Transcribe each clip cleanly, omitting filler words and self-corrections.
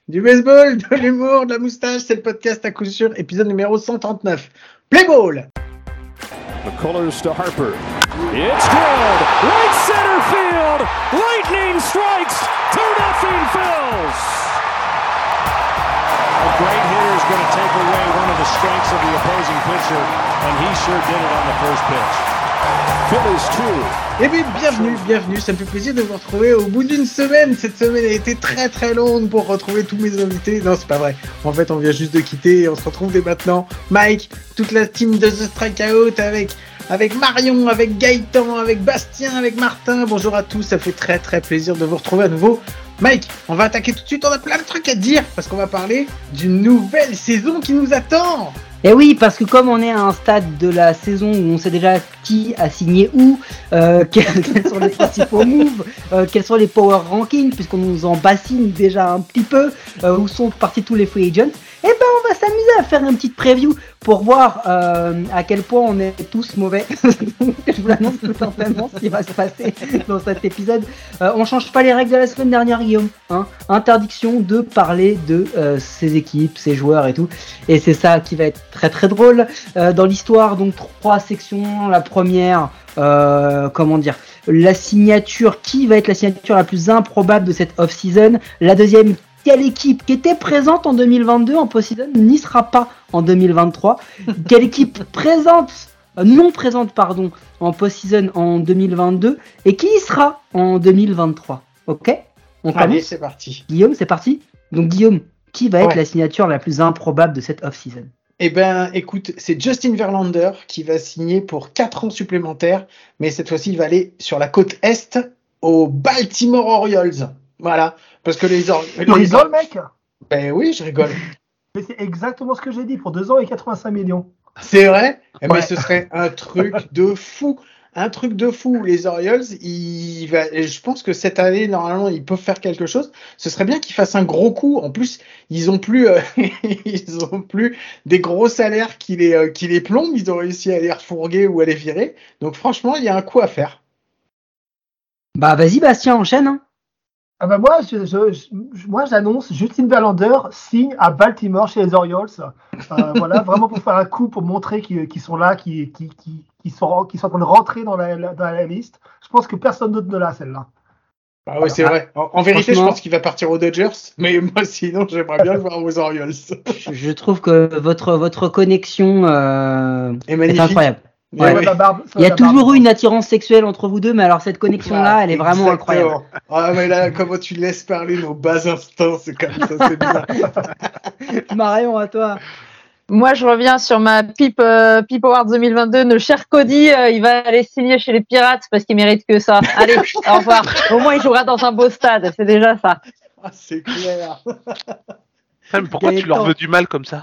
Du baseball, de l'humour, de la moustache, c'est le podcast à coup sûr, épisode numéro 139. Play ball! McCullers to Harper. It's drilled. Right center field. Lightning strikes. 2-0 Phils. A great hitter is going to take away one of the strengths of the opposing pitcher, and he sure did it on the first pitch. Phillies 2. Eh bien, bienvenue, ça me fait plaisir de vous retrouver au bout d'une semaine. Cette semaine a été très longue pour retrouver tous mes invités. Non, c'est pas vrai. En fait, on vient juste de quitter et on se retrouve dès maintenant. Mike, toute la team de The Strikeout avec Marion, avec Gaëtan, avec Bastien, avec Martin. Bonjour à tous, ça fait très plaisir de vous retrouver à nouveau. Mike, on va attaquer tout de suite, on a plein de trucs à dire parce qu'on va parler d'une nouvelle saison qui nous attend. Et oui, parce que comme on est à un stade de la saison où on sait déjà qui a signé où, quels sont les principaux moves, quels sont les power rankings, puisqu'on nous en bassine déjà un petit peu, où sont partis tous les free agents, et ben on va s'amuser à faire une petite preview pour voir à quel point on est tous mauvais. Je vous l'annonce tout simplement ce qui va se passer dans cet épisode. On change pas les règles de la semaine dernière, Guillaume. Hein. Interdiction de parler de ses équipes, ses joueurs et tout. Et c'est ça qui va être très drôle dans l'histoire. Donc 3 sections. La première, la signature, qui va être la signature la plus improbable de cette off-season. La deuxième, quelle équipe qui était présente en 2022 en post-season n'y sera pas en 2023. Quelle équipe non présente en post-season en 2022 et qui y sera en 2023. Ok ? On commence ? Allez, c'est parti. Guillaume, c'est parti. Donc Guillaume, qui va être la signature la plus improbable de cette off-season ? Eh ben, écoute, c'est Justin Verlander qui va signer pour 4 ans supplémentaires, mais cette fois-ci, il va aller sur la côte Est aux Baltimore Orioles. Voilà, parce que les Tu rigoles, mec ? Ben oui, je rigole. Mais c'est exactement ce que j'ai dit, pour 2 ans et 85 millions. C'est vrai ? Mais Ouais. ce serait un truc de fou. Un truc de fou. Les Orioles, je pense que cette année, normalement, ils peuvent faire quelque chose. Ce serait bien qu'ils fassent un gros coup. En plus, ils ont plus des gros salaires qui les plombent. Ils ont réussi à les refourguer ou à les virer. Donc franchement, il y a un coup à faire. Bah vas-y Bastien, enchaîne. Hein. Ah bah moi j'annonce Justin Verlander signe à Baltimore chez les Orioles. Voilà, vraiment pour faire un coup, pour montrer qu'ils sont là, qu'ils sont en train de rentrer dans la liste. Je pense que personne d'autre ne l'a, celle-là. Ah ouais, c'est vrai. En vérité, je pense qu'il va partir aux Dodgers. Mais moi, sinon, j'aimerais bien le voir aux Orioles. Je trouve que votre connexion est incroyable. Ouais. Il y a toujours eu une attirance sexuelle entre vous deux, mais alors cette connexion-là, elle est vraiment incroyable. Ah mais là, comment tu laisses parler nos bas instincts, c'est comme ça, c'est bizarre. Marion, à toi. Moi, je reviens sur ma Pipe Award 2022. Notre cher Cody, il va aller signer chez les Pirates parce qu'il mérite que ça. Allez, au revoir. Au moins, il jouera dans un beau stade. C'est déjà ça. Ah, c'est clair. Mais pourquoi tu leur veux du mal comme ça ?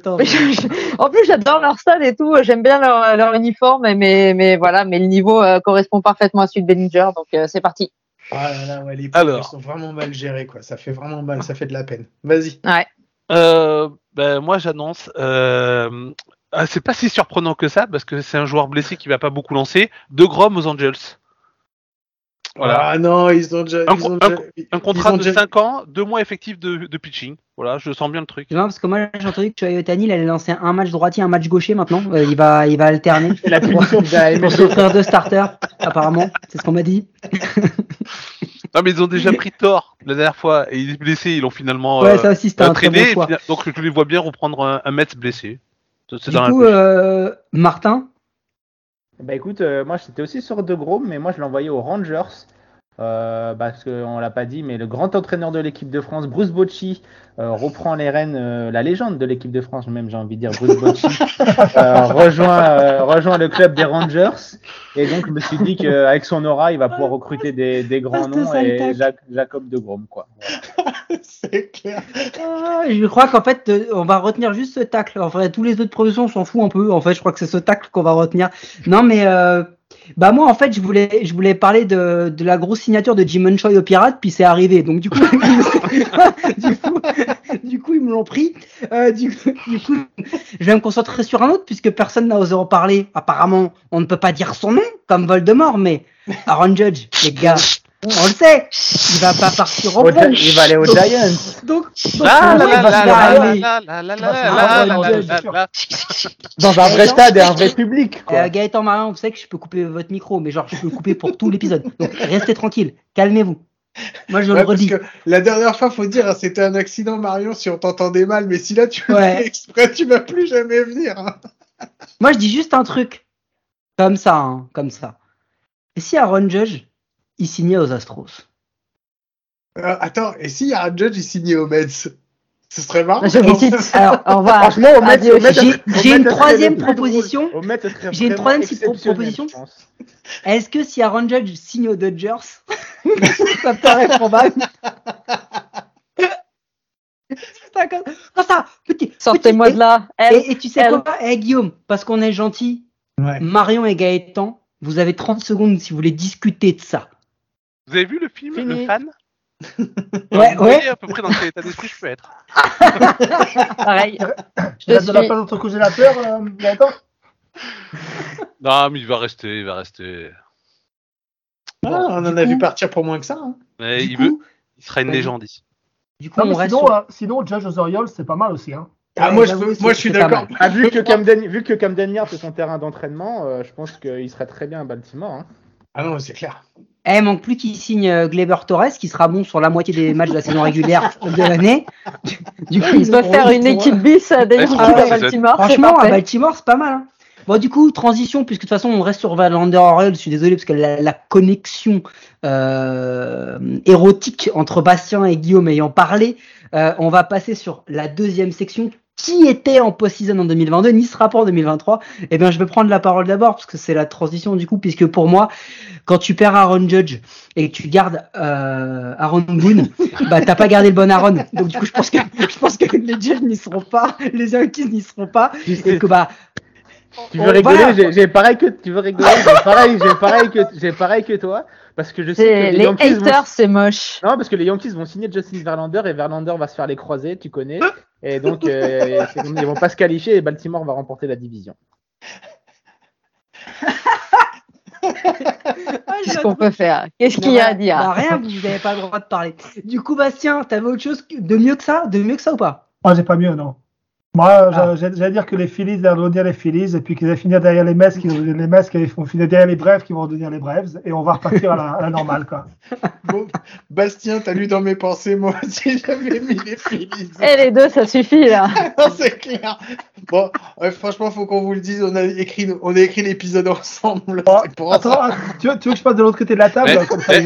En plus, j'adore leur stade et tout. J'aime bien leur uniforme, mais voilà. Mais le niveau correspond parfaitement à celui de Bellinger. Donc, c'est parti. Ah là là, ouais, les Pirates sont vraiment mal gérés, quoi. Ça fait vraiment mal. Ça fait de la peine. Vas-y. Ouais. Moi, j'annonce. C'est pas si surprenant que ça parce que c'est un joueur blessé qui va pas beaucoup lancer. DeGrom aux Angels. Voilà. Ah non, ils ont déjà. Un contrat de 5 ans, 2 mois effectifs de pitching. Voilà, je sens bien le truc. Non, parce que moi j'ai entendu que Shohei Ohtani il allait lancer un match droitier, un match gaucher maintenant. Il va alterner. La punition pour s'offrir 2 starters, apparemment. C'est ce qu'on m'a dit. Non, mais ils ont déjà pris tort la dernière fois et il est blessé. Ils l'ont finalement ça aussi, c'était un très bon choix. Donc je les vois bien reprendre un Mets blessé. C'est du coup, Martin. Bah écoute, moi j'étais aussi sur DeGrom, mais moi je l'ai envoyé aux Rangers. Parce qu'on l'a pas dit, mais le grand entraîneur de l'équipe de France, Bruce Bocci, reprend les rênes, la légende de l'équipe de France, même j'ai envie de dire, Bruce Bocci, rejoint le club des Rangers. Et donc je me suis dit qu'avec son aura, il va pouvoir recruter des grands noms et Jacob DeGrom, quoi. Voilà. C'est clair. Je crois qu'en fait, on va retenir juste ce tacle. En fait, tous les autres productions, on s'en fout un peu. En fait, je crois que c'est ce tacle qu'on va retenir. Non, mais moi, en fait, je voulais parler de la grosse signature de Ji-Man Choi aux Pirates, puis c'est arrivé. Donc, du coup, ils me l'ont pris. Du coup, je vais me concentrer sur un autre, puisque personne n'a osé en parler. Apparemment, on ne peut pas dire son nom, comme Voldemort, mais Aaron Judge, les gars. On le sait, il va pas partir en fond. Il va aller aux Giants. Donc, La pour moi, il va se faire aller. Dans un vrai stade et un vrai public. Quoi. Gaëtan Marion, vous savez que je peux couper votre micro, mais genre je peux le couper pour tout l'épisode. Donc restez tranquille, calmez-vous. Moi je le redis. Parce que la dernière fois, faut dire, c'était un accident, Marion, si on t'entendait mal, mais si là tu le fais exprès, tu vas plus jamais venir. Hein. Moi je dis juste un truc. Comme ça. Et si Aaron Judge, il signait aux Astros? Attends, et si Aaron Judge, il signait aux Mets? Ce serait marrant. Alors, on va. Franchement, au Mets, j'ai une troisième proposition. J'ai une troisième proposition. Est-ce que si Aaron Judge signe aux Dodgers, ça me paraît probable? Sortez-moi de là. Et tu sais quoi, Guillaume, parce qu'on est gentil, Marion et Gaëtan, vous avez 30 secondes si vous voulez discuter de ça. Vous avez vu le film, Le Fan? Ouais. Vous voyez à peu près dans quel état d'esprit je peux être. Pareil. Tu n'as pas notre congélateur, Gaëtan? Non, mais il va rester. On en a vu partir pour moins que ça. Hein. Mais il sera une légende ici. Du coup, sinon, Judge aux Orioles, c'est pas mal aussi. Hein. Moi, je suis d'accord. Vu que Camden Yards est son terrain d'entraînement, je pense qu'il serait très bien à Baltimore. Hein. Ah non, c'est clair. Manque plus qu'il signe Gleyber Torres, qui sera bon sur la moitié des matchs de la saison régulière de l'année. Du coup, il doit faire une équipe bis à Baltimore. Franchement, à Baltimore, c'est pas mal. Hein. Bon, du coup, transition, puisque de toute façon, on reste sur Verlander Orioles. Je suis désolé, parce que la connexion érotique entre Bastien et Guillaume ayant parlé, on va passer sur la deuxième section. Qui était en post-season en 2022, n'y sera pas en 2023. Eh bien, je vais prendre la parole d'abord, parce que c'est la transition du coup, puisque pour moi, quand tu perds Aaron Judge et que tu gardes Aaron Boone, bah t'as pas gardé le bon Aaron. Donc du coup, je pense que les Judge n'y seront pas, les Yankees n'y seront pas, et que bah. Tu veux rigoler, j'ai pareil que toi, parce que je sais que les haters, c'est moche. Non, parce que les Yankees vont signer Justin Verlander et Verlander va se faire les croisés, tu connais, et donc ils vont pas se qualifier et Baltimore va remporter la division. Qu'est-ce qu'on peut faire? Qu'est-ce qu'il y a à dire? Rien, vous n'avez pas le droit de parler. Du coup, Bastien, t'avais autre chose de mieux que ça ou pas? Moi, j'ai pas mieux, non. Moi, j'allais dire que les Phillies allaient redevenir les Phillies, et puis qu'ils allaient finir derrière les Mets, qui vont finir derrière les Braves, qui vont redevenir les Braves, et on va repartir à la normale, quoi. Bon, Bastien, t'as lu dans mes pensées, moi aussi, j'avais mis les Phillies. Et les deux, ça suffit, là. Non, c'est clair. Bon, franchement, faut qu'on vous le dise, on a écrit l'épisode ensemble. C'est pour attends, ça. tu veux que je passe de l'autre côté de la table, comme ça,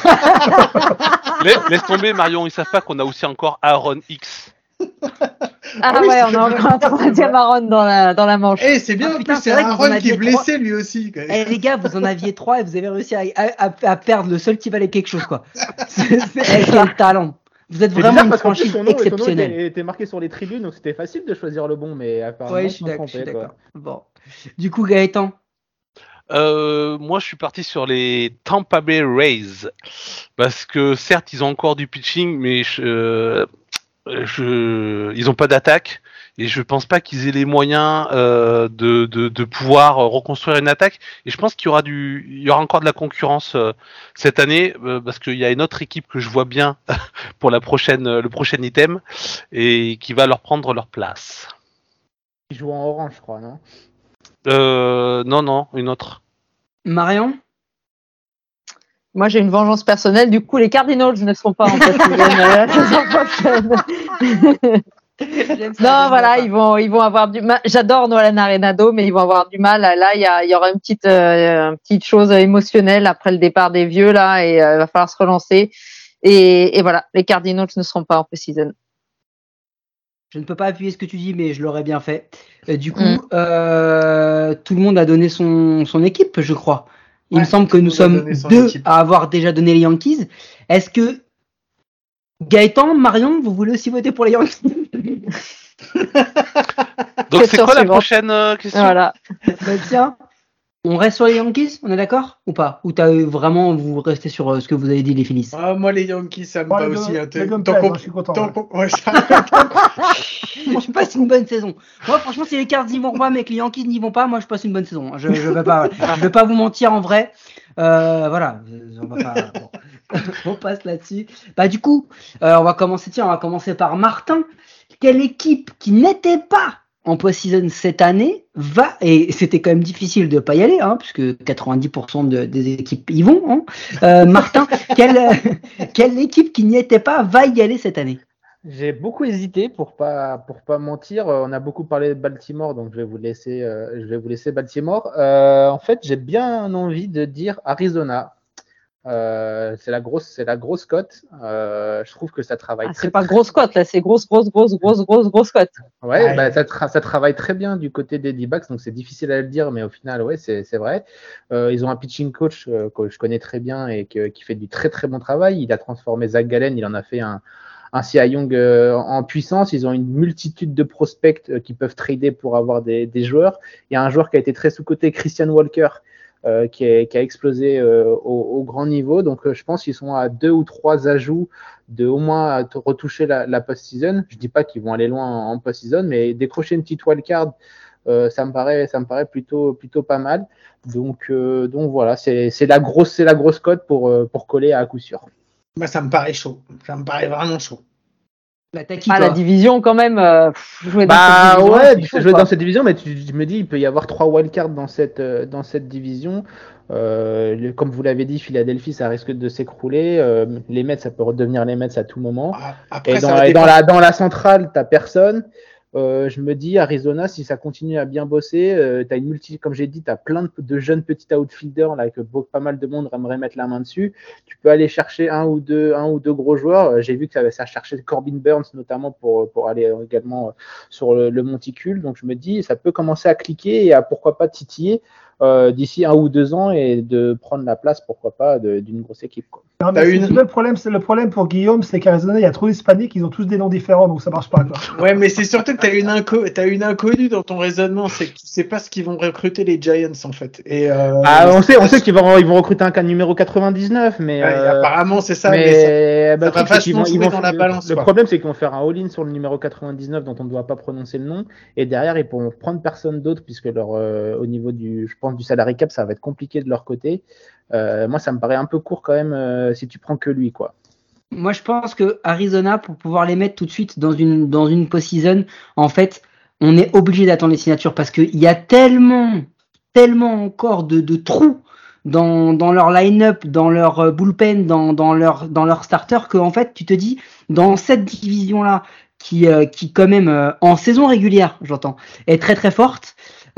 Laisse tomber, Marion, ils savent pas qu'on a aussi encore Aaron X. Ah ouais, on a encore un troisième Aaron dans la manche. C'est bien, en plus, c'est Aaron qui est blessé lui aussi. Les gars, vous en aviez 3 et vous avez réussi à perdre le seul qui valait quelque chose, quoi. C'est le talent. Vous êtes vraiment une franchise exceptionnelle. Son nom était marqué sur les tribunes, donc c'était facile de choisir le bon, mais apparemment, je suis d'accord. Bon. Du coup, Gaëtan. Moi, je suis parti sur les Tampa Bay Rays parce que certes, ils ont encore du pitching, mais ils ont pas d'attaque et je pense pas qu'ils aient les moyens de pouvoir reconstruire une attaque, et je pense qu'il y aura encore de la concurrence cette année parce qu'il y a une autre équipe que je vois bien pour le prochain item et qui va leur prendre leur place. Ils jouent en orange, je crois, non? Non, une autre. Marion? Moi, j'ai une vengeance personnelle. Du coup, les Cardinals ne seront pas en post-season la saison prochaine. Non, voilà, ils vont avoir du mal. J'adore Nolan Arenado, mais ils vont avoir du mal. Là, il y aura une petite chose émotionnelle après le départ des vieux, là, et il va falloir se relancer. Et voilà, les Cardinals ne seront pas en post-season. Je ne peux pas appuyer ce que tu dis, mais je l'aurais bien fait. Du coup, tout le monde a donné son équipe, je crois. Il me semble que nous sommes 2 à avoir déjà donné les Yankees. Est-ce que Gaëtan, Marion, vous voulez aussi voter pour les Yankees? Donc c'est quoi la prochaine question? Voilà. Tiens, on reste sur les Yankees, on est d'accord ou pas? Ou vraiment vous restez sur ce que vous avez dit, les Phillies? Moi les Yankees, ça me va aussi. Je suis content. Je passe une bonne saison. Moi, franchement, si les Cards n'y vont pas, mais que les Yankees n'y vont pas, moi je passe une bonne saison. Je vais pas vous mentir en vrai. Voilà. On va pas, bon. On passe là-dessus. Bah du coup, on va commencer par Martin. Quelle équipe qui n'était pas en post-season cette année va, et c'était quand même difficile de pas y aller, puisque 90% des équipes y vont. Martin, quelle équipe qui n'y était pas va y aller cette année? J'ai beaucoup hésité pour pas mentir. On a beaucoup parlé de Baltimore, donc je vais vous laisser Baltimore. En fait, j'ai bien envie de dire Arizona. C'est la grosse cote. Je trouve que ça travaille. C'est pas grosse cote là, c'est grosse cote. Ouais, bah, ça travaille très bien du côté des D-backs, donc c'est difficile à le dire, mais au final, ouais, c'est vrai. Ils ont un pitching coach que je connais très bien et qui fait du très très bon travail. Il a transformé Zach Gallen, il en a fait un Cy Young en puissance. Ils ont une multitude de prospects qui peuvent trader pour avoir des joueurs. Il y a un joueur qui a été très sous-coté, Christian Walker, qui a explosé au grand niveau. Donc, je pense qu'ils sont à 2 ou 3 ajouts de au moins retoucher la post-season. Je dis pas qu'ils vont aller loin en post-season, mais décrocher une petite wildcard, ça me paraît plutôt pas mal. Donc voilà, c'est la grosse cote pour coller à coup sûr. Moi, ça me paraît chaud. Ça me paraît vraiment chaud. La division quand même. Jouer dans cette division, mais je me dis il peut y avoir 3 wildcards dans cette division. Comme vous l'avez dit, Philadelphie, ça risque de s'écrouler. Les Mets, ça peut redevenir les Mets à tout moment. Après, dans la centrale, t'as personne. Je me dis Arizona, si ça continue à bien bosser, t'as comme j'ai dit, t'as plein de jeunes petits outfielders là que pas mal de monde aimerait mettre la main dessus. Tu peux aller chercher un ou deux gros joueurs. J'ai vu que ça cherchait Corbin Burns notamment pour aller également sur le monticule. Donc je me dis ça peut commencer à cliquer et à pourquoi pas titiller d'ici 1 ou 2 ans et de prendre la place pourquoi pas d'une grosse équipe, quoi. Non, mais le problème pour Guillaume, c'est qu'Arizona, il y a trop d'Hispaniques, ils ont tous des noms différents, donc ça marche pas, quoi. Ouais, mais c'est surtout que t'as une inconnue dans ton raisonnement, c'est que tu sais pas ce qu'ils vont recruter les Giants, en fait. Et on sait qu'ils vont recruter un cas numéro 99, mais apparemment c'est ça. Mais ça va vachement jouer dans la balance. Le problème, c'est qu'ils vont faire un all-in sur le numéro 99 dont on ne doit pas prononcer le nom, et derrière ils pourront prendre personne d'autre puisque au niveau du salary cap, ça va être compliqué de leur côté. Moi, ça me paraît un peu court quand même si tu prends que lui, quoi. Moi, je pense que Arizona, pour pouvoir les mettre tout de suite dans une post-season, en fait, on est obligé d'attendre les signatures parce qu'il y a tellement encore de trous dans leur line-up, dans leur bullpen, dans leur starter, que en fait, tu te dis, dans cette division-là, qui quand même, en saison régulière, j'entends, est très très forte,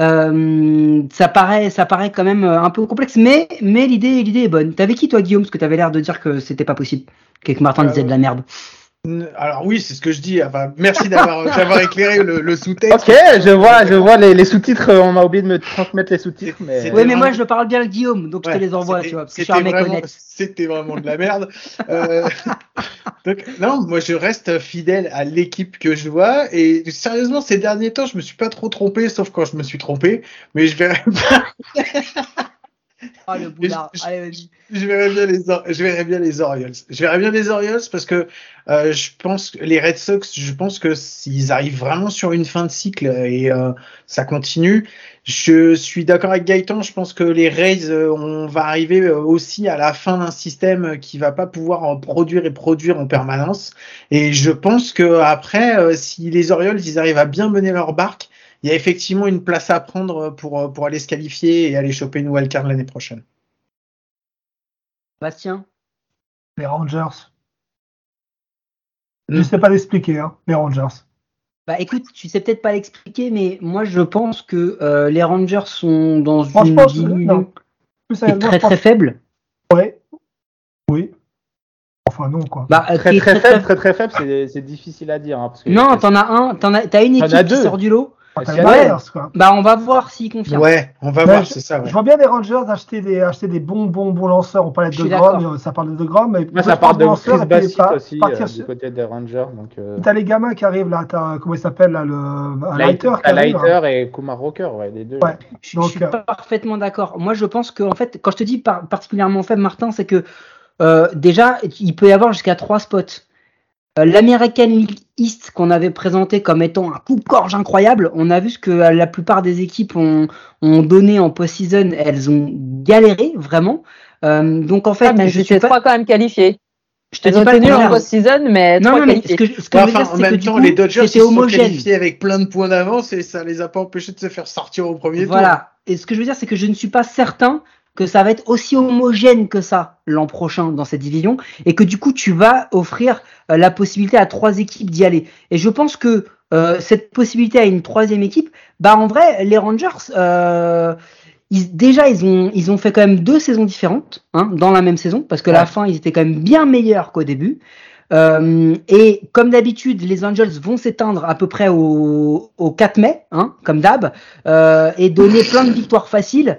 ça paraît quand même un peu complexe, mais l'idée est bonne. T'avais qui toi, Guillaume, parce que t'avais l'air de dire que c'était pas possible, que Martin disait de la merde. Alors oui, c'est ce que je dis. Enfin, merci d'avoir éclairé le sous-texte. Ok, je vois les sous-titres. On m'a oublié de me transmettre les sous-titres. Mais moi je parle bien le Guillaume, donc je te les envoie, tu vois, parce que je suis un mec honnête. C'était vraiment de la merde. Donc non, moi je reste fidèle à l'équipe que je vois. Et sérieusement, ces derniers temps, je me suis pas trop trompé, sauf quand je me suis trompé. Mais je verrais pas. Ah, le boulard. Allez, vas-y. Je verrais bien les Orioles. Je verrais bien les Orioles parce que je pense que les Red Sox, je pense que s'ils arrivent vraiment sur une fin de cycle et ça continue, je suis d'accord avec Gaëtan. Je pense que les Rays, on va arriver aussi à la fin d'un système qui va pas pouvoir produire en permanence. Et je pense que après, si les Orioles, ils arrivent à bien mener leur barque, il y a effectivement une place à prendre pour aller se qualifier et aller choper une wildcard l'année prochaine. Bastien? Les Rangers. Je sais pas l'expliquer, les Rangers. Bah écoute, tu sais peut-être pas l'expliquer, mais moi je pense que les Rangers sont dans une division qui est très très faible. Ouais. Oui. Enfin non quoi. Bah, très faible, c'est difficile à dire. Parce que non, t'as une équipe qui sort du lot. Bah on va voir s'ils confirment. Ouais, on va voir, c'est ça. Ouais. Je vois bien les Rangers acheter des bons lanceurs. On parlait de DeGrom, ça parle de DeGrom, mais ça parle de Chris Bassett aussi du côté des Rangers. Donc t'as les gamins qui arrivent là, comment il s'appelle là, Leiter et Kumar Rocker, ouais, les deux. Ouais. Je suis parfaitement d'accord. Moi je pense que en fait, quand je te dis particulièrement faible, Martin, c'est que déjà il peut y avoir jusqu'à 3 spots. L'American League East qu'on avait présenté comme étant un coupe-gorge incroyable, on a vu ce que la plupart des équipes ont donné en post-season. Elles ont galéré vraiment. Donc en fait, mais je je suis suis pas. trois quand même qualifiés. Je te Ils dis ont pas le tenu en contraire. post-season, mais Non, trois non, mais qualifiés. ce que je veux dire, en c'est que même du temps, coup, les Dodgers ils c'était se sont homogène. qualifiés avec plein de points d'avance et ça les a pas empêchés de se faire sortir au premier tour. Voilà. Et ce que je veux dire, c'est que je ne suis pas certain que ça va être aussi homogène que ça l'an prochain dans cette division et que du coup, tu vas offrir la possibilité à 3 équipes d'y aller. Et je pense que cette possibilité à une 3e équipe, bah en vrai, les Rangers, ils ont fait quand même 2 saisons différentes dans la même saison parce que la fin, ils étaient quand même bien meilleurs qu'au début. Et comme d'habitude, les Angels vont s'éteindre à peu près au 4 mai, comme d'hab, et donner plein de victoires faciles.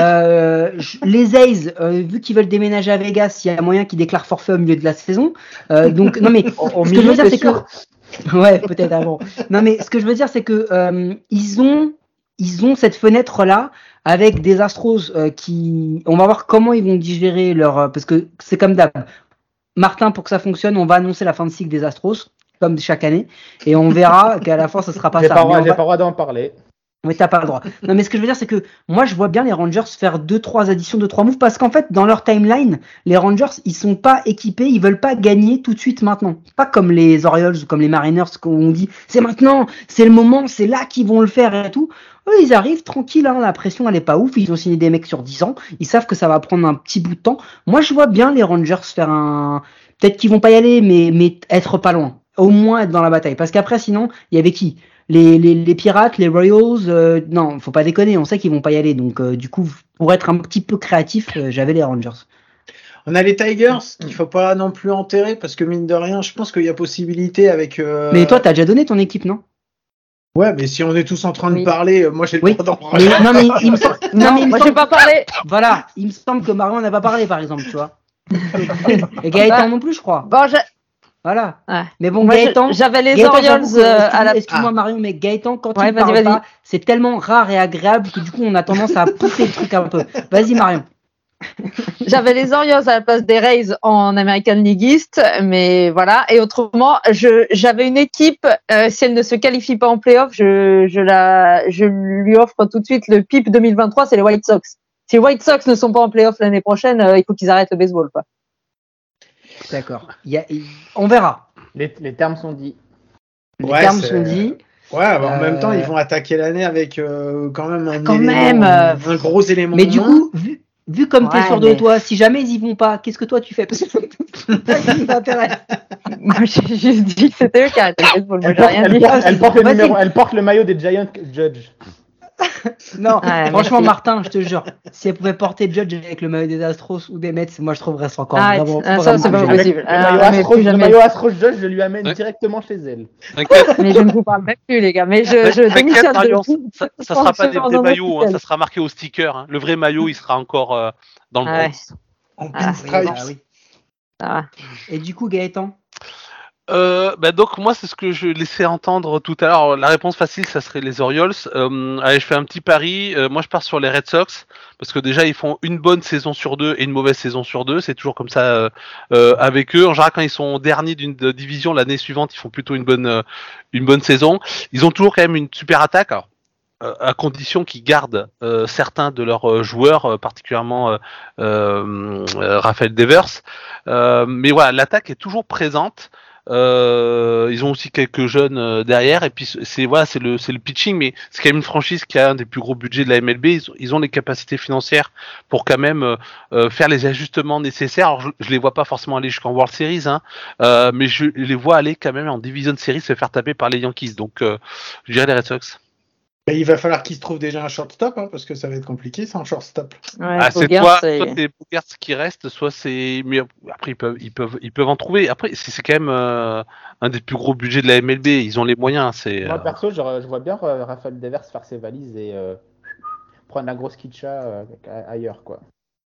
Les A's, vu qu'ils veulent déménager à Vegas, il y a moyen qu'ils déclarent forfait au milieu de la saison. Donc, non mais Au ce que je veux milieu, dire, t'es c'est sûr? que, ouais, peut-être avant. Non mais ce que je veux dire, c'est que ils ont cette fenêtre là avec des Astros qui, on va voir comment ils vont digérer leur, parce que c'est comme d'hab. Martin, pour que ça fonctionne, on va annoncer la fin de cycle des Astros, comme chaque année, et on verra qu'à la fin, ce sera pas J'ai ça. pas Mais le droit d'en parler. Mais t'as pas le droit. Non, mais ce que je veux dire, c'est que moi, je vois bien les Rangers faire 2-3 additions, 2-3 moves, parce qu'en fait, dans leur timeline, les Rangers, ils sont pas équipés, ils veulent pas gagner tout de suite maintenant. Pas comme les Orioles ou comme les Mariners, qu'on dit, c'est maintenant, c'est le moment, c'est là qu'ils vont le faire et tout. Eux, ils arrivent tranquilles, la pression, elle est pas ouf, ils ont signé des mecs sur 10 ans, ils savent que ça va prendre un petit bout de temps. Moi, je vois bien les Rangers faire peut-être qu'ils vont pas y aller, mais être pas loin. Au moins être dans la bataille. Parce qu'après, sinon, il y avait qui? Les Pirates, les Royals, non, faut pas déconner, on sait qu'ils vont pas y aller. Donc, du coup, pour être un petit peu créatif, j'avais les Rangers. On a les Tigers qu'il faut pas non plus enterrer parce que mine de rien, je pense qu'il y a possibilité avec. Mais toi, t'as déjà donné ton équipe, non? Ouais, mais si on est tous en train de parler, moi j'ai le droit d'en parler. Non, mais il me semble. Moi, j'ai pas parlé. Voilà, il me semble que Marion n'a pas parlé, par exemple, tu vois. Et Gaëtan non plus, je crois. Bon, Voilà. Ouais. Mais bon, Moi, Gaëtan. j'avais les Gaëtan, Orioles à la. Excuse-moi, Marion, mais Gaëtan, quand Ouais, il parle vas-y. pas, c'est tellement rare et agréable que du coup, on a tendance à pousser le truc un peu. Vas-y, Marion. J'avais les Orioles à la place des Rays en American League East, mais voilà. Et autrement, j'avais une équipe, si elle ne se qualifie pas en playoff, je lui offre tout de suite le PIP 2023, c'est les White Sox. Si les White Sox ne sont pas en playoff l'année prochaine, il faut qu'ils arrêtent le baseball, quoi. D'accord. On verra. Les termes sont dits. Les termes sont dits. Ouais, bah, en même temps, ils vont attaquer l'année avec quand même un gros élément. Mais du coup, vu comme t'es sûr de toi, si jamais ils y vont pas, qu'est-ce que toi tu fais? Parce que ça m'intéresse. Moi, j'ai juste dit que c'était eux qui arrêtaient le baseball. Moi, j'ai rien dit. Elle porte le maillot des Giants Judge. Non, franchement, merci. Martin, je te jure, si elle pouvait porter Judge avec le maillot des Astros ou des Mets, moi je trouverais ça encore vraiment. Ça, c'est pas possible. Le maillot Astros Judge, je lui amène directement chez elle. Mais je ne vous parle même plus, les gars. Mais je démissionne de tout. Ça sera pas des maillots, ça sera marqué au sticker. Le vrai maillot, il sera encore dans le bronze. En pinstripes. Et du coup, Gaëtan? Donc moi c'est ce que je laissais entendre tout à l'heure. La réponse facile ça serait les Orioles. Allez, je fais un petit pari. Moi je pars sur les Red Sox parce que déjà ils font une bonne saison sur 2 et une mauvaise saison sur 2. C'est toujours comme ça avec eux. En général quand ils sont derniers d'une division l'année suivante ils font plutôt une bonne saison. Ils ont toujours quand même une super attaque. Alors, à condition qu'ils gardent certains de leurs joueurs, particulièrement Rafael Devers. Mais voilà, l'attaque est toujours présente. Ils ont aussi quelques jeunes derrière et puis c'est le pitching, mais c'est quand même une franchise qui a un des plus gros budgets de la MLB. Ils ont les capacités financières pour quand même faire les ajustements nécessaires. Alors je les vois pas forcément aller jusqu'en World Series, mais je les vois aller quand même en Division Series se faire taper par les Yankees. Donc je dirais les Red Sox. Et il va falloir qu'ils se trouvent déjà un shortstop, parce que ça va être compliqué, c'est un shortstop. Ouais, c'est soit c'est Bogaerts qui reste, soit c'est. Mais après ils peuvent en trouver. Après c'est quand même un des plus gros budgets de la MLB. Ils ont les moyens. Moi perso, je vois bien Rafael Devers faire ses valises et prendre la grosse kitcha ailleurs, quoi.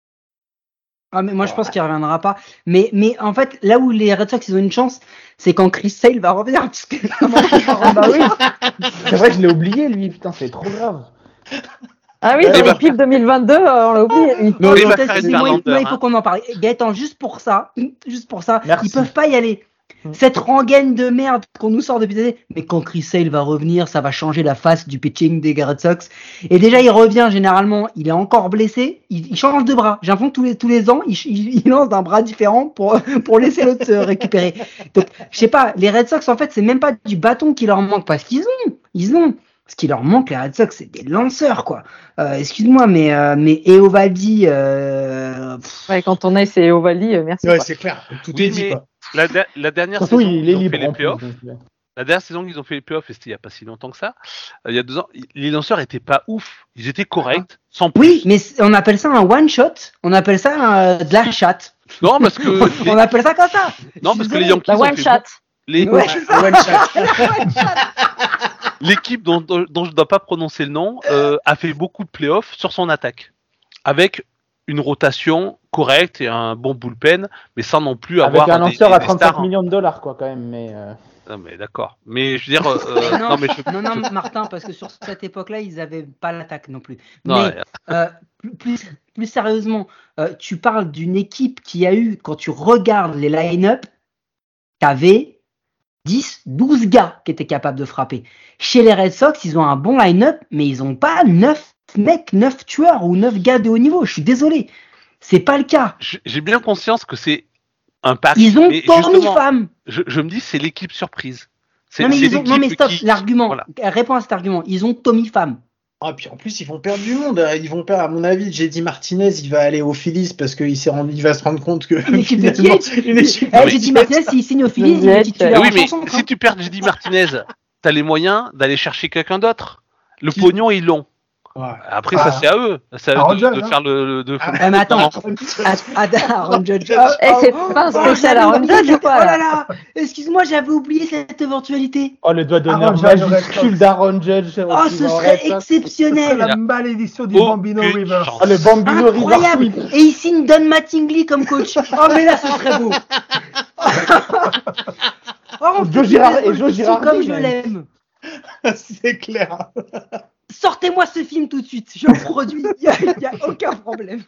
Ah mais moi je pense qu'il reviendra pas. Mais en fait là où les Red Sox ils ont une chance, c'est quand Chris Sale va revenir. Parce que... bah oui. C'est vrai que je l'ai oublié lui. Putain, c'est trop grave. Ah oui, dans le PIP 2022, on l'a oublié lui. Non, il faut qu'on en parle. Gaëtan, juste pour ça, Merci. Ils peuvent pas y aller. Cette rengaine de merde qu'on nous sort depuis des années. Mais quand Chris Sale va revenir, ça va changer la face du pitching des Red Sox. Et déjà, il revient généralement, il est encore blessé, il change de bras. J'ai l'impression que tous les ans, il lance d'un bras différent pour laisser l'autre se récupérer. Donc, je sais pas, les Red Sox, en fait, c'est même pas du bâton qui leur manque, parce qu'ils ont. Ce qui leur manque, les Red Sox, c'est des lanceurs, quoi. Excuse-moi, mais Eovaldi... Ouais, quand on est, c'est Eovaldi, merci. Ouais, quoi. c'est clair. Tout Oui, est dit, mais quoi. La dernière Surtout, saison, il ils est ont libre fait les en plus. playoffs. donc, La dernière saison qu'ils ont fait les playoffs, et c'était il n'y a pas si longtemps que ça, il y a 2 ans, les lanceurs étaient pas ouf. Ils étaient corrects, sans plus. Oui, mais on appelle ça un one-shot, on appelle ça de la chatte. Non, parce que On appelle ça comme ça. non, parce que les Yankees La ont one fait shot. les Ouais, c'est ça. One shot. l'équipe dont je ne dois pas prononcer le nom a fait beaucoup de playoffs sur son attaque, avec une rotation correcte et un bon bullpen, mais sans non plus Avec avoir un lanceur à des 35 stars. millions de dollars, quoi, quand même. Mais Non, mais d'accord. Mais je veux dire, Non, non, mais non, Martin, parce que sur cette époque-là, ils n'avaient pas l'attaque non plus. Non, Mais plus sérieusement, tu parles d'une équipe qui a eu, quand tu regardes les line-up, t'avais 10, 12 gars qui étaient capables de frapper. Chez les Red Sox, ils ont un bon line-up, mais ils n'ont pas 9 mecs, 9 tueurs ou 9 gars de haut niveau. Je suis désolé. C'est pas le cas. j'ai bien conscience que c'est un pari. Ils ont mais Tommy justement, Pham. je me dis, c'est l'équipe surprise. C'est Non mais, l'équipe non mais stop, qui- l'argument. voilà. Réponds à cet argument. Ils ont Tommy Pham. Ah, puis en plus, ils vont perdre du monde. Ils vont perdre, à mon avis, JD Martinez, il va aller aux Phillies parce qu'il il va se rendre compte que. Une équipe de finalement, Phillies. une équipe Eh, de j'ai dit Phillies. Martinez, s'il signe au Phillies, il Vous est êtes- titulaire Oui, en mais chanson, si tu perds JD Martinez, t'as les moyens d'aller chercher quelqu'un d'autre. Le Qui pognon, ils l'ont. Ouais. Après, ça, c'est à eux. C'est à eux Aaron de Judge, faire le. Ah, mais attends, Aaron Judge. C'est pas un spécial Aaron Judge ou Oh quoi là là là, excuse-moi, j'avais oublié cette éventualité. oh, le doigt d'honneur Aaron Judge, Red majuscule Sox. d'Aaron Judge. Oh, ce serait C'est exceptionnel. la malédiction du Aucune Bambino River. chance. Oh, le Bambino River Incroyable. Sweep. Et il signe Don Mattingly comme coach. Oh, mais là, ce serait beau. Oh, on Joe fait Girard- des et Joe évolutions Girardi, comme je même. l'aime. C'est clair. Sortez-moi ce film tout de suite. Je le produis. Il n'y a aucun problème.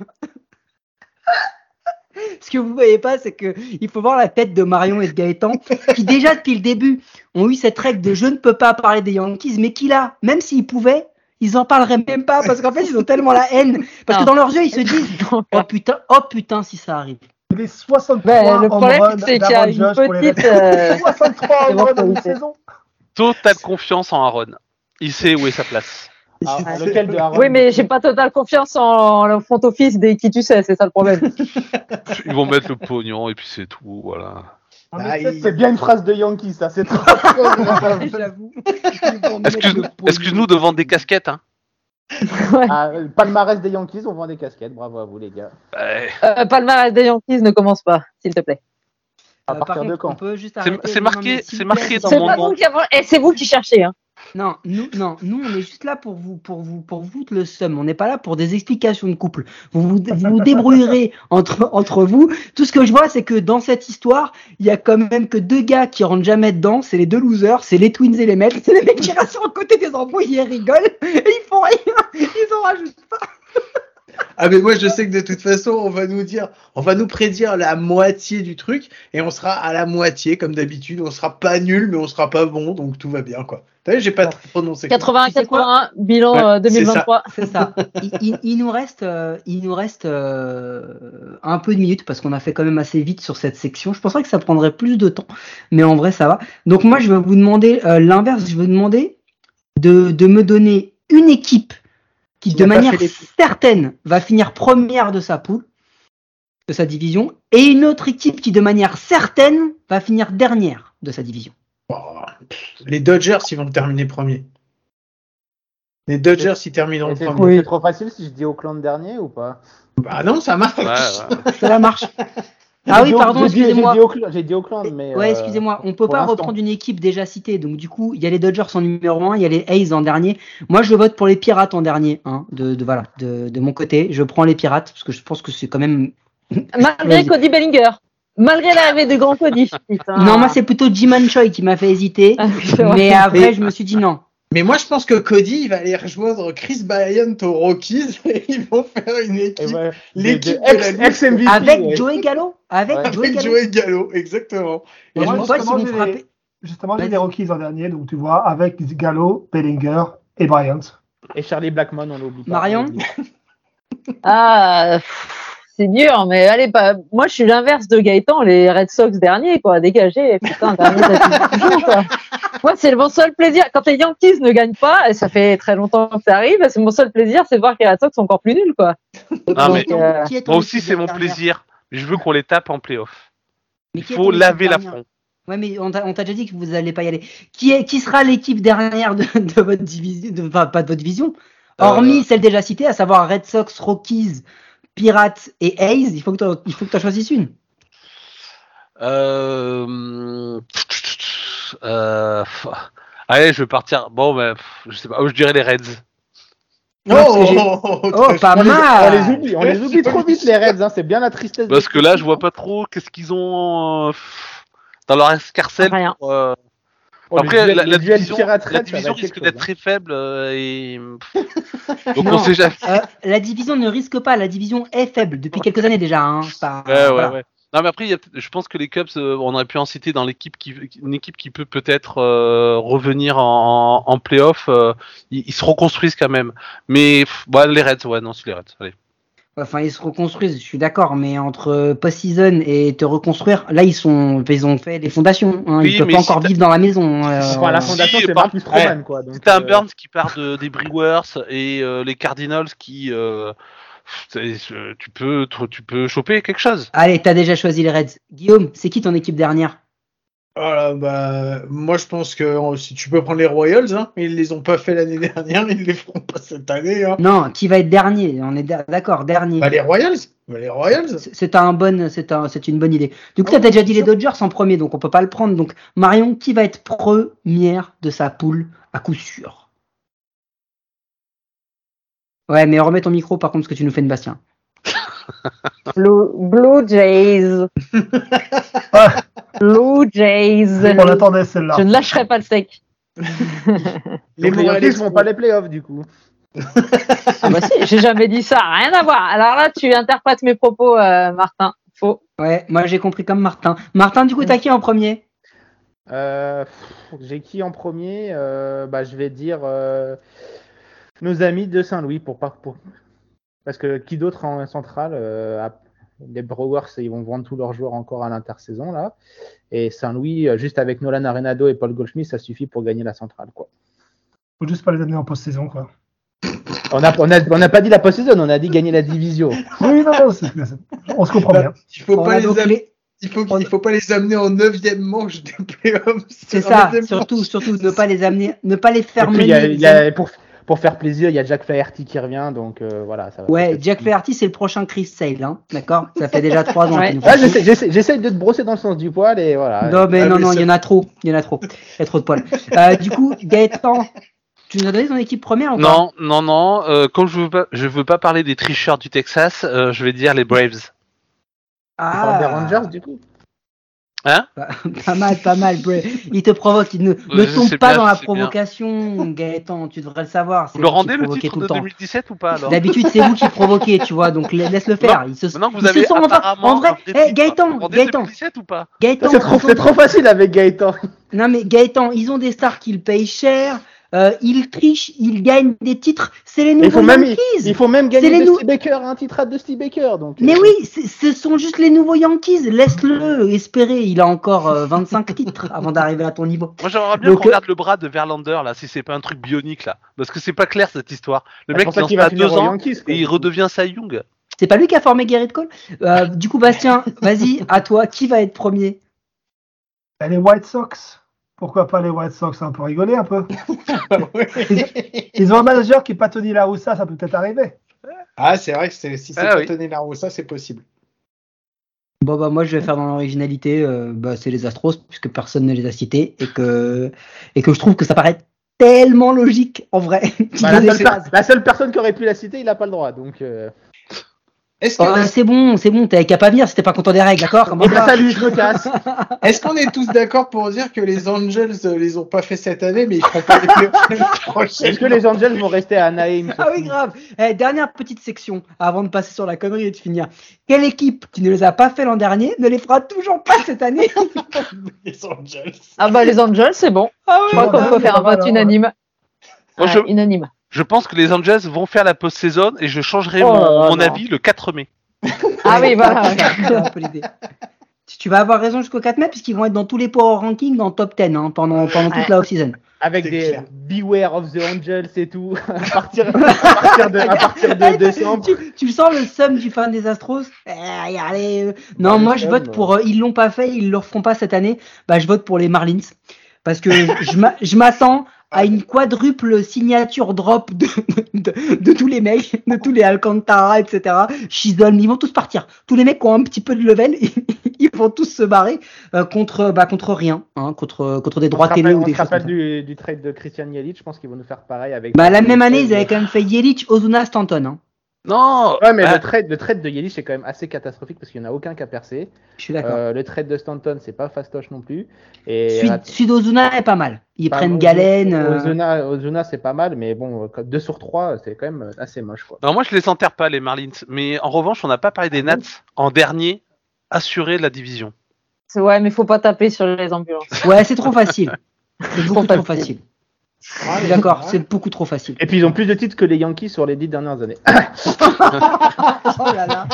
Ce que vous voyez pas, c'est que il faut voir la tête de Marion et de Gaëtan, qui déjà depuis le début ont eu cette règle de je ne peux pas parler des Yankees, mais qui là, même s'ils pouvaient, ils en parleraient même pas parce qu'en fait ils ont tellement la haine, parce que Non. dans leur jeu ils se disent oh putain si ça arrive. Les 63 Ben, le home problème, runs c'est qu'il y a d'Aaron une Judge pour les Red petite. Sox. 63 home c'est bon, runs dans une c'est- saison. Totale confiance en Aaron. Il sait où est sa place. Ah, lequel de Aaron Oui, mais j'ai pas totale confiance en le front office des qui tu sais, c'est ça le problème. Ils vont mettre le pognon et puis c'est tout. Voilà. Ah, Ah, mais il- C'est bien une phrase de Yankee, ça. C'est trop. J'avoue. Excuse-nous de vendre des casquettes. Hein. Ah, le palmarès des Yankees, on vend des casquettes. Bravo à vous, les gars. Ouais. Palmarès des Yankees, ne commence pas, s'il te plaît. À Par partir de contre, on quand peut juste C'est- arrêter. c'est Non, marqué- mais s'il c'est vous marqué plaît, dans C'est mon pas nom. vous qui avons- et c'est vous qui cherchez. Hein. Non, nous, on est juste là pour vous le seum. On n'est pas là pour des explications de couple. Vous vous débrouillerez entre vous. Tout ce que je vois, c'est que dans cette histoire, il y a quand même que 2 gars qui rentrent jamais dedans. C'est les 2 losers, c'est les Twins et les Mets. C'est les mecs qui restent sur le côté des embrouilles et rigolent. Et ils font rien. Ils en rajoutent pas. Ah, mais moi, je sais que de toute façon, on va nous prédire la moitié du truc et on sera à la moitié, comme d'habitude. On sera pas nul, mais on sera pas bon, donc tout va bien, quoi. T'as vu, j'ai pas prononcé. 80-81, bilan Ouais, 2023. C'est ça. Il nous reste un peu de minutes parce qu'on a fait quand même assez vite sur cette section. Je penserais que ça prendrait plus de temps, mais en vrai ça va. Donc moi je vais vous demander l'inverse. Je vais vous demander de me donner une équipe qui de n'a pas manière fait les- certaine va finir première de sa poule, de sa division, et une autre équipe qui de manière certaine va finir dernière de sa division. Oh, les Dodgers, ils vont terminer premier. Les Dodgers, ils termineront C'est premier. c'est trop facile si je dis Oakland dernier ou pas? Bah non, ça marche. Ouais, ouais. Ça marche. Ah oui, pardon, excusez-moi. J'ai dit Oakland, mais. Ouais, excusez-moi, on peut pour pas l'instant. reprendre une équipe déjà citée. Donc du coup, il y a les Dodgers en numéro 1, il y a les A's en dernier. Moi, je vote pour les Pirates en dernier. Hein, de mon côté, je prends les Pirates parce que je pense que c'est quand même. Malgré Vas-y. Cody Bellinger. Malgré l'arrivée de Grand Cody. Putain. Non, moi c'est plutôt Jim Choi qui m'a fait hésiter. Ah oui, c'est vrai. Mais après, je me suis dit non. Mais moi, je pense que Cody, il va aller rejoindre Chris Bryant aux Rockies et ils vont faire une équipe. L'équipe de la ex-MVP. Avec Joey Gallo. Avec Joey Gallo, exactement. Et je pense qu'ils vont frapper. Justement, j'ai les Rockies en dernier, donc tu vois, avec Gallo, Bellinger et Bryant. Et Charlie Blackmon, on l'oublie pas. Marion. C'est dur, mais allez, moi je suis l'inverse de Gaëtan, les Red Sox derniers, quoi, dégagés, putain, dernier, ça fait toujours, quoi. Moi, c'est mon seul plaisir. Quand les Yankees ne gagnent pas, et ça fait très longtemps que ça arrive, c'est mon seul plaisir, c'est de voir que les Red Sox sont encore plus nuls, quoi. Non, mais Donc, moi aussi, c'est mon plaisir. Je veux qu'on les tape en play-off. Mais Il faut laver l'affront. Ouais, mais on t'a déjà dit que vous n'allez pas y aller. Qui sera l'équipe dernière de votre division, enfin, pas de votre division, hormis celle déjà citée, à savoir Red Sox, Rockies, Pirates et A's, il faut que tu choisisses une. Allez, je vais partir. Bon, ben, je sais pas. Je dirais les Reds. Pas mal. On les oublie trop vite, les Reds, hein, c'est bien la tristesse. Parce que là, je vois pas trop qu'est-ce qu'ils ont dans leur escarcelle. Rien. Après, la division division risque d'être très faible et donc on sait jamais. La division ne risque pas, la division est faible depuis quelques années déjà. Hein. Ouais. Non, mais après, je pense que les Cubs, on aurait pu en citer dans une équipe qui peut peut-être revenir en play-off. Ils se reconstruisent quand même. Mais les Reds, non, c'est les Reds. Allez. Enfin, ils se reconstruisent, je suis d'accord, mais entre post-season et te reconstruire, là, ils ont fait les fondations. Hein, ils peuvent pas encore vivre dans la maison. La fondation, c'est pas plus Stroman, quoi. Donc, t'as un Burns qui part des Brewers et les Cardinals qui... tu peux choper quelque chose. Allez, t'as déjà choisi les Reds. Guillaume, c'est qui ton équipe dernière? Moi je pense que si tu peux prendre les Royals, hein, ils les ont pas fait l'année dernière, ils les feront pas cette année. Hein. Non, qui va être dernier? On est d'accord, dernier. Les Royals. C'est une bonne idée. Du coup, t'as déjà dit les Dodgers en premier, donc on peut pas le prendre. Donc Marion, qui va être première de sa poule à coup sûr? Ouais, mais remets ton micro par contre, parce que tu nous fais une Bastien. Blue Jays. Blue Jays. On attendait celle-là. Je ne lâcherai pas le steak. Les Yankees vont pas les playoffs du coup. Ah bah si, j'ai jamais dit ça, rien à voir. Alors là, tu interprètes mes propos, Martin. Faux. Ouais, moi j'ai compris comme Martin. Martin, du coup, t'as qui en premier? J'ai qui en premier? Je vais dire nos amis de Saint-Louis parce que qui d'autre en centrale? Les Brewers, ils vont vendre tous leurs joueurs encore à l'intersaison là, et Saint-Louis, juste avec Nolan Arenado et Paul Goldschmidt, ça suffit pour gagner la centrale, quoi. Faut juste pas les amener en post-saison, quoi. On n'a pas dit la post-saison, on a dit gagner la division. Oui, non, on se comprend bien. Il faut pas les amener en 9e manche des playoffs. C'est ça, surtout ne pas les amener, ne pas les faire mener. Pour faire plaisir, il y a Jack Flaherty qui revient, donc voilà. Ça va. Ouais, Jack Flaherty, c'est le prochain Chris Sale, hein, d'accord? Ça fait déjà 3 ans. Ouais. J'essaie de te brosser dans le sens du poil et voilà. Non, mais non, il y en a trop. Il y a trop de poils. Du coup, Gaëtan, tu nous as donné ton équipe première ou pas? Non. Comme je veux pas parler des tricheurs du Texas, je vais dire les Braves. Des Rangers, du coup. Hein? Pas mal, Braves. Il te provoque, ne tombe pas dans la provocation, Gaëtan, tu devrais le savoir. Vous le rendez le titre de 2017 ou pas alors? D'habitude, c'est vous qui provoquez, tu vois, donc laisse-le faire. Maintenant que vous avez apparemment en vrai, Gaëtan, 2017 ou pas? Gaëtan, c'est trop facile avec Gaëtan. Non mais Gaëtan, ils ont des stars qu'ils payent cher. Ils trichent, ils gagnent des titres. C'est les nouveaux Yankees. Il faut même gagner Steve Baker, un titre à de Steve Baker. Donc, mais oui, ce sont juste les nouveaux Yankees. Laisse-le espérer. Il a encore 25 titres avant d'arriver à ton niveau. Moi, j'aimerais bien qu'on regarde le bras de Verlander là, si c'est pas un truc bionique là, parce que c'est pas clair cette histoire. Le mec il en a 2 ans et il redevient Cy Young. C'est pas lui qui a formé Gerrit Cole. Du coup, Bastien, vas-y, à toi. Qui va être premier? Les White Sox. Pourquoi pas les White Sox? On peut rigoler un peu. Ils ont un manager qui n'est pas Tony La Russa, ça peut peut-être arriver. Ah, c'est vrai que si c'est pas Tony La Russa, c'est possible. Bon, moi, je vais faire dans l'originalité. C'est les Astros, puisque personne ne les a cités, et que je trouve que ça paraît tellement logique, en vrai. La seule personne qui aurait pu la citer, il n'a pas le droit, donc... Est-ce que c'est bon, t'avais qu'à pas venir si t'es pas content des règles, d'accord? Comment ça va? Salut, je me casse. est-ce qu'on est tous d'accord pour dire que les Angels les ont pas fait cette année, mais ils feront pas les playoffs l'année prochaine? Est-ce que les Angels vont rester à Anaheim? Ah oui, grave. Dernière petite section avant de passer sur la connerie et de finir. Quelle équipe qui ne les a pas fait l'an dernier ne les fera toujours pas cette année? Les Angels. Ah bah les Angels, c'est bon. Ah Je crois qu'on peut faire un vote unanime. Moi, Ouais, unanime. Je pense que les Angels vont faire la post-saison et je changerai Oh là là, mon non. avis le 4 mai. Ah oui, voilà. C'est un peu l'idée. Tu vas avoir raison jusqu'au 4 mai, puisqu'ils vont être dans tous les power rankings dans le top 10 pendant toute la off-season. Avec C'est des clair. Beware of the Angels et tout. à partir de décembre. Tu le sens le seum du fan des Astros? Allez. Non, le moi je seum, vote pour. Ils l'ont pas fait, ils le referont pas cette année. Bah, je vote pour les Marlins. Parce que je m'attends à une quadruple signature drop de tous les mecs, de tous les Alcantara, etc. Chisholm, ils vont tous partir. Tous les mecs qui ont un petit peu de level, ils vont tous se barrer contre rien, hein, contre des droits télé ou des On se choses comme rappelle ça. du trade de Christian Yelich, je pense qu'ils vont nous faire pareil avec. Bah, la même année, ils avaient quand même fait Yelich, Ozuna, Stanton. Hein. Non. Ouais, mais Ah, le trade de Yelich c'est quand même assez catastrophique parce qu'il n'y en a aucun qui a percé. Je suis d'accord. Le trade de Stanton, c'est pas fastoche non plus. Et Celui d'Ozuna est pas mal. Ils pas- prennent Galen. Ozuna, c'est pas mal, mais bon, 2 sur 3, c'est quand même assez moche, quoi. non, moi je les enterre pas les Marlins, mais en revanche on n'a pas parlé des Nats en dernier assuré la division. Ouais, mais faut pas taper sur les ambulances. Ouais, c'est trop facile. C'est beaucoup trop facile. facile. Je suis d'accord, c'est beaucoup trop facile. Et puis ils ont plus de titres que les Yankees sur les 10 dernières années. Oh là là.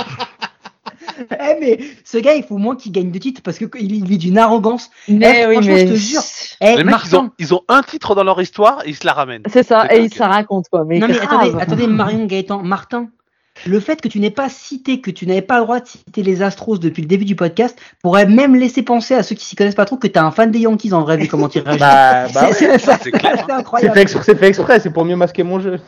Mais ce gars, il faut au moins qu'il gagne de titres parce qu'il est d'une arrogance. Mais oui, franchement, mais je te jure. Les mecs Martin. ils ont un titre dans leur histoire et ils se la ramènent. C'est ça, C'est et dingue. ça raconte quoi. Mais Non mais grave. attendez, Marion Gaëtan, Martin. Le fait que tu n'aies pas cité, que tu n'avais pas le droit de citer les Astros depuis le début du podcast, pourrait même laisser penser à ceux qui s'y connaissent pas trop que t'es un fan des Yankees en vrai, vu comment tu réagis. Bah ouais. c'est clair. C'est C'est incroyable. fait exprès, c'est pour mieux masquer mon jeu.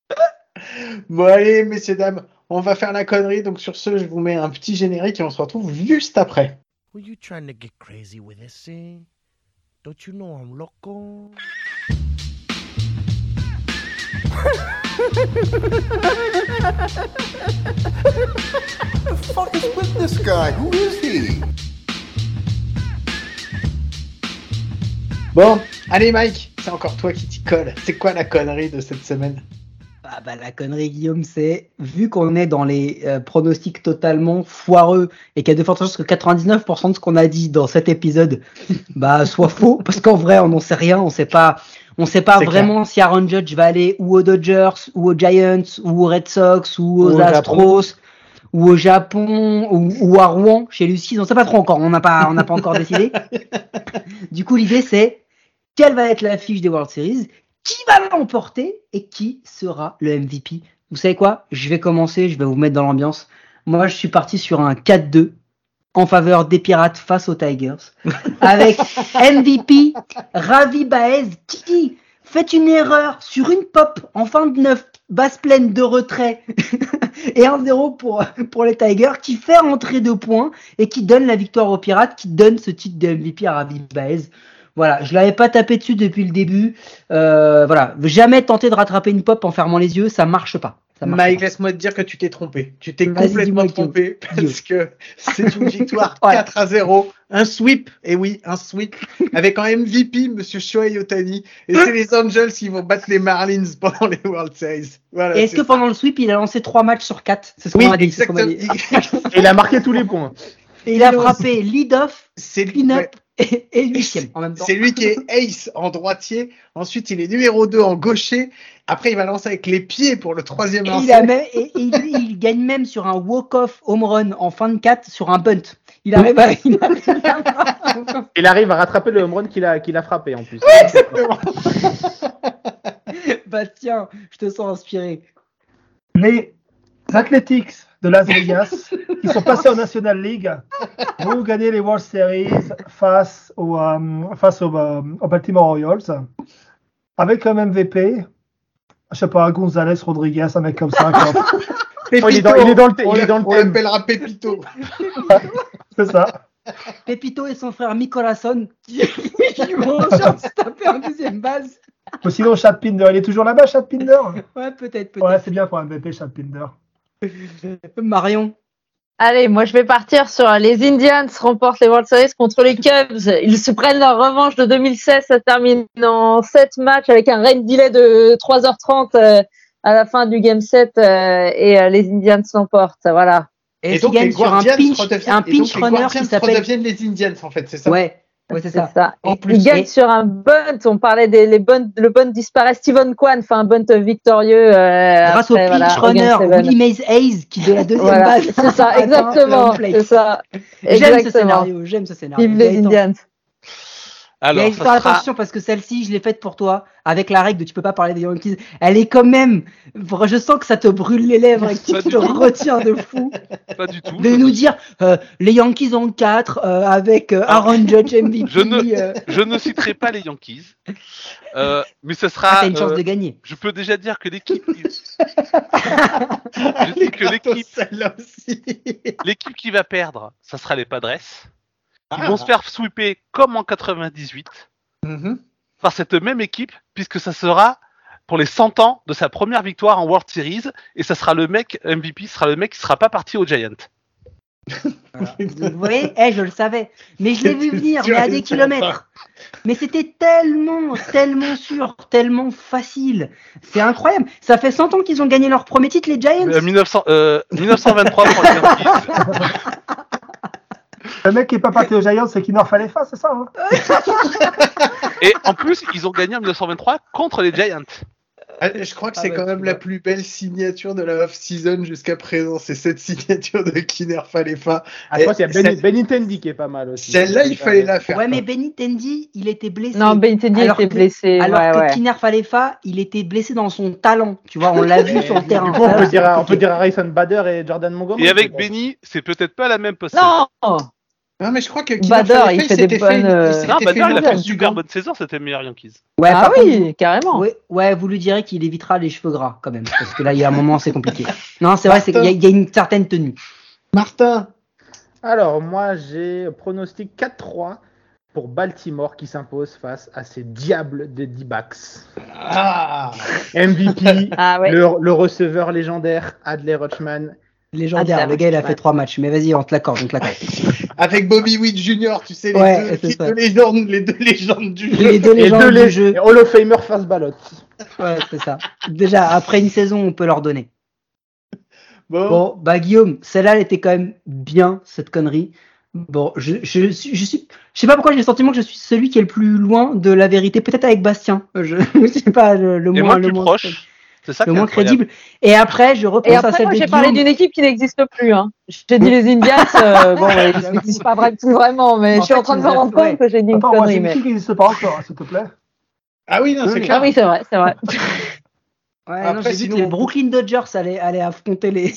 Bon, allez, messieurs, dames, on va faire la connerie. Donc, sur ce, je vous mets un petit générique et on se retrouve juste après. Were you trying to get crazy with this thing? Don't you know I'm loco? The fuck is with this guy? Who is he? Bon, allez, Mike, c'est encore toi qui t'y colle. C'est quoi la connerie de cette semaine? Ah bah la connerie Guillaume, c'est vu qu'on est dans les pronostics totalement foireux et qu'il y a de fortes chances que 99% de ce qu'on a dit dans cet épisode bah soit faux parce qu'en vrai on n'en sait rien, on sait pas C'est vraiment si Aaron Judge va aller ou aux Dodgers ou aux Giants ou aux Red Sox ou aux au Astros ou au Japon ou à Rouen chez Lucie, on sait pas trop encore, on n'a pas encore décidé. Du coup l'idée c'est quelle va être l'affiche des World Series, qui va l'emporter et qui sera le MVP. Vous savez quoi? Je vais commencer, je vais vous mettre dans l'ambiance. Moi, je suis parti sur un 4-2 en faveur des Pirates face aux Tigers. Avec MVP Ravi Baez qui fait une erreur sur une pop en fin de 9, base pleine de retrait et 1-0 pour les Tigers, qui fait rentrer 2 points et qui donne la victoire aux Pirates, qui donne ce titre de MVP à Ravi Baez. Voilà, je l'avais pas tapé dessus depuis le début. Voilà, jamais tenter de rattraper une pop en fermant les yeux, ça marche pas. Mike, laisse-moi te dire que tu t'es trompé. Tu t'es Vas-y, complètement dis-moi, trompé parce que c'est une victoire Ouais. 4-0, un sweep. Et oui, un sweep avec en MVP Monsieur Shohei Ohtani. Et c'est les Angels qui vont battre les Marlins pendant les World Series. Voilà. Et est-ce que pendant le sweep, il a lancé 3 matchs sur 4? C'est ce qu'on oui, m'a dit. exactement. Et il a marqué tous les points. Et il a frappé lead-off, C'est lui. clean-up et 8e en même temps. C'est lui qui est ace en droitier. Ensuite, il est numéro 2 en gaucher. Après, il va lancer avec les pieds pour le 3e Et lancer. il gagne même sur un walk-off home run en fin de 4 sur un bunt. Il arrive à... Il arrive à rattraper le home run qu'il a frappé en plus. Bah tiens, je te sens inspiré. Les Athletics de Las Vegas, qui sont passés en National League, vont gagner les World Series face aux Baltimore Orioles, avec comme MVP, je sais pas, Gonzalez Rodriguez, un mec comme ça. Pépito. il est dans le On thème. l'appellera Pépito. C'est ça. Pépito et son frère Micolason qui vont se taper en deuxième base. Ou sinon, Chad Pinder, il est toujours là-bas, Chad Pinder? Ouais, peut-être. Ouais, c'est bien pour un MVP, Chad Pinder. Marion. Allez, moi je vais partir sur les Indians remportent les World Series contre les Cubs. Ils se prennent leur revanche de 2016. Ça termine en 7 matchs avec un rain delay de 3h30 à la fin du Game 7 et les Indians l'emportent. Voilà. Et donc les Guardians runner qui s'appelle redeviennent les Indians en fait, c'est ça? Ouais, c'est ça. En plus, ils gagnent sur un bunt. On parlait le bunt disparaît. Steven Kwan fait un bunt victorieux. Grâce après, au pinch runner Willie Mays Hayes qui de la deuxième base. C'est ça, exactement. C'est ça. J'aime ce scénario. Vive les Indians. Alors, il faut faire attention parce que celle-ci, je l'ai faite pour toi avec la règle de tu peux pas parler des Yankees. Elle est quand même. Je sens que ça te brûle les lèvres et que tu te retiens de fou. Pas du tout. De nous dire les Yankees en 4 avec Aaron Judge MVP. Je ne citerai pas les Yankees, mais ce sera. T'as une chance de gagner. Je peux déjà dire que l'équipe. L'équipe qui va perdre, ça sera les Padres. Ils vont se faire sweeper comme en 98 par cette même équipe, puisque ça sera pour les 100 ans de sa première victoire en World Series, et ça sera le mec, MVP sera le mec qui sera pas parti aux Giants. Voilà. Vous voyez, je le savais, mais je l'ai vu venir, mais à des kilomètres. Mais c'était tellement sûr, tellement facile. C'est incroyable. Ça fait 100 ans qu'ils ont gagné leur premier titre, les Giants. 1923 pour les Yankees. Le mec qui est pas parti aux Giants, c'est Kiner Falefa, c'est ça, hein? Et en plus, ils ont gagné en 1923 contre les Giants. Je crois que c'est quand même la plus belle signature de la off-season jusqu'à présent. C'est cette signature de Kiner Falefa. Je pense qu'il y a Benintendi qui est pas mal aussi. Celle-là, il fallait la faire. Ouais, mais Benintendi, il était blessé. Non, Benintendi était blessé. Alors que Kiner Falefa, il était blessé dans son talent. Tu vois, on l'a vu sur le terrain. Du coup, on peut dire Harrison Bader et Jordan Montgomery. Et avec Benny, c'est peut-être pas la même posture. Non, mais je crois que Bader, il fait des bonnes. Bader, il a fait une super bonne saison, c'était le meilleur Yankees. Ouais, oui, carrément. Ouais, vous lui direz qu'il évitera les cheveux gras quand même, parce que là, il y a un moment, c'est compliqué. Non, c'est vrai, il y a une certaine tenue. Martin. Alors, moi, j'ai pronostic 4-3 pour Baltimore qui s'impose face à ces diables des D-backs. MVP, le receveur légendaire, Adley Rutschman. Légendaire, le gars il a fait 3 matchs, mais vas-y, on te l'accorde. Avec Bobby Witt Jr., tu sais, les deux légendes du jeu. Les deux légendes du jeu. Hall of Famer face ballot. Ouais, c'est ça. Déjà, après une saison, on peut leur donner. Bon, Guillaume, celle-là, elle était quand même bien, cette connerie. Bon, je sais pas pourquoi j'ai le sentiment que je suis celui qui est le plus loin de la vérité, peut-être avec Bastien. Je sais pas, le moins proche. C'est ça le moins crédible. Et après, je repense à celle de j'ai parlé d'une équipe qui n'existe plus. Hein. J'ai dit les Indians. Ils n'existent pas plus vraiment, mais je suis en train de me rendre compte que j'ai dit une connerie. C'est une équipe qui n'existe pas encore, s'il te plaît. Ah oui, non, c'est clair. Ah oui, c'est vrai. Ouais, après, non, j'ai dit que les Brooklyn Dodgers allaient affronter les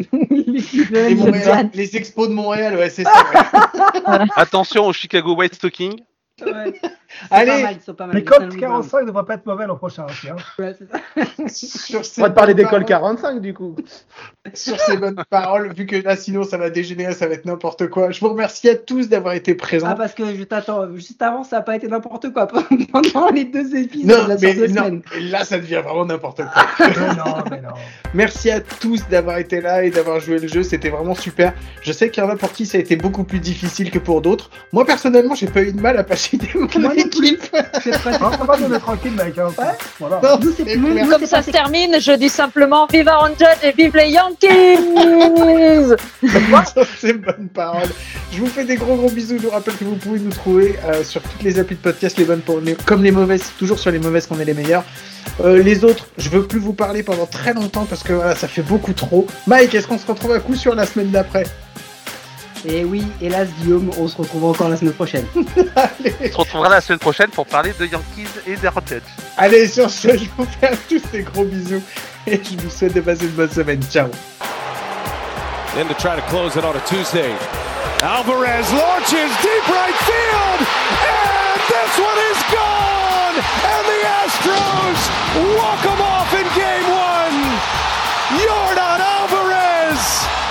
Expos de Montréal, ouais, c'est ça. Ouais. Attention aux Chicago White Stockings. Ouais. Allez, les Colts 45 ne devraient pas être mauvais l'an prochain aussi. Hein. Ouais, c'est ça. On va te parler des Colts 45 du coup. Sur ces bonnes paroles, vu que là sinon ça va dégénérer, ça va être n'importe quoi. Je vous remercie à tous d'avoir été présents. Parce que je t'attends, juste avant ça n'a pas été n'importe quoi pendant les 2 épisodes. Non, là ça devient vraiment n'importe quoi. non. Merci à tous d'avoir été là et d'avoir joué le jeu, c'était vraiment super. Je sais qu'il y en a pour qui ça a été beaucoup plus difficile que pour d'autres. Moi personnellement j'ai pas eu de mal à passer mon équipe. Ça va nous mettre tranquille mec. Hein. Ouais. Voilà. Non, comme ça se termine, je dis simplement vive Aaron Judge et vive les Yankees. C'est une bonne parole. Je vous fais des gros bisous. Je vous rappelle que vous pouvez nous trouver sur toutes les applis de podcast, les bonnes comme les mauvaises, toujours sur les mauvaises qu'on est les meilleurs. Les autres, je veux plus vous parler pendant très longtemps parce que voilà, ça fait beaucoup trop. Mike, est-ce qu'on se retrouve à coup sûr la semaine d'après? Et oui, hélas Guillaume, on se retrouve encore la semaine prochaine. On se retrouvera la semaine prochaine pour parler de Yankees et d'Aaron Judge. Allez, sur ce, je vous fais à tous des gros bisous et je vous souhaite de passer une bonne semaine. Ciao. Then to try to close it on a Tuesday. Alvarez launches deep right field, and this one is gone! And the Astros walk them off in Game 1! Yordan Alvarez!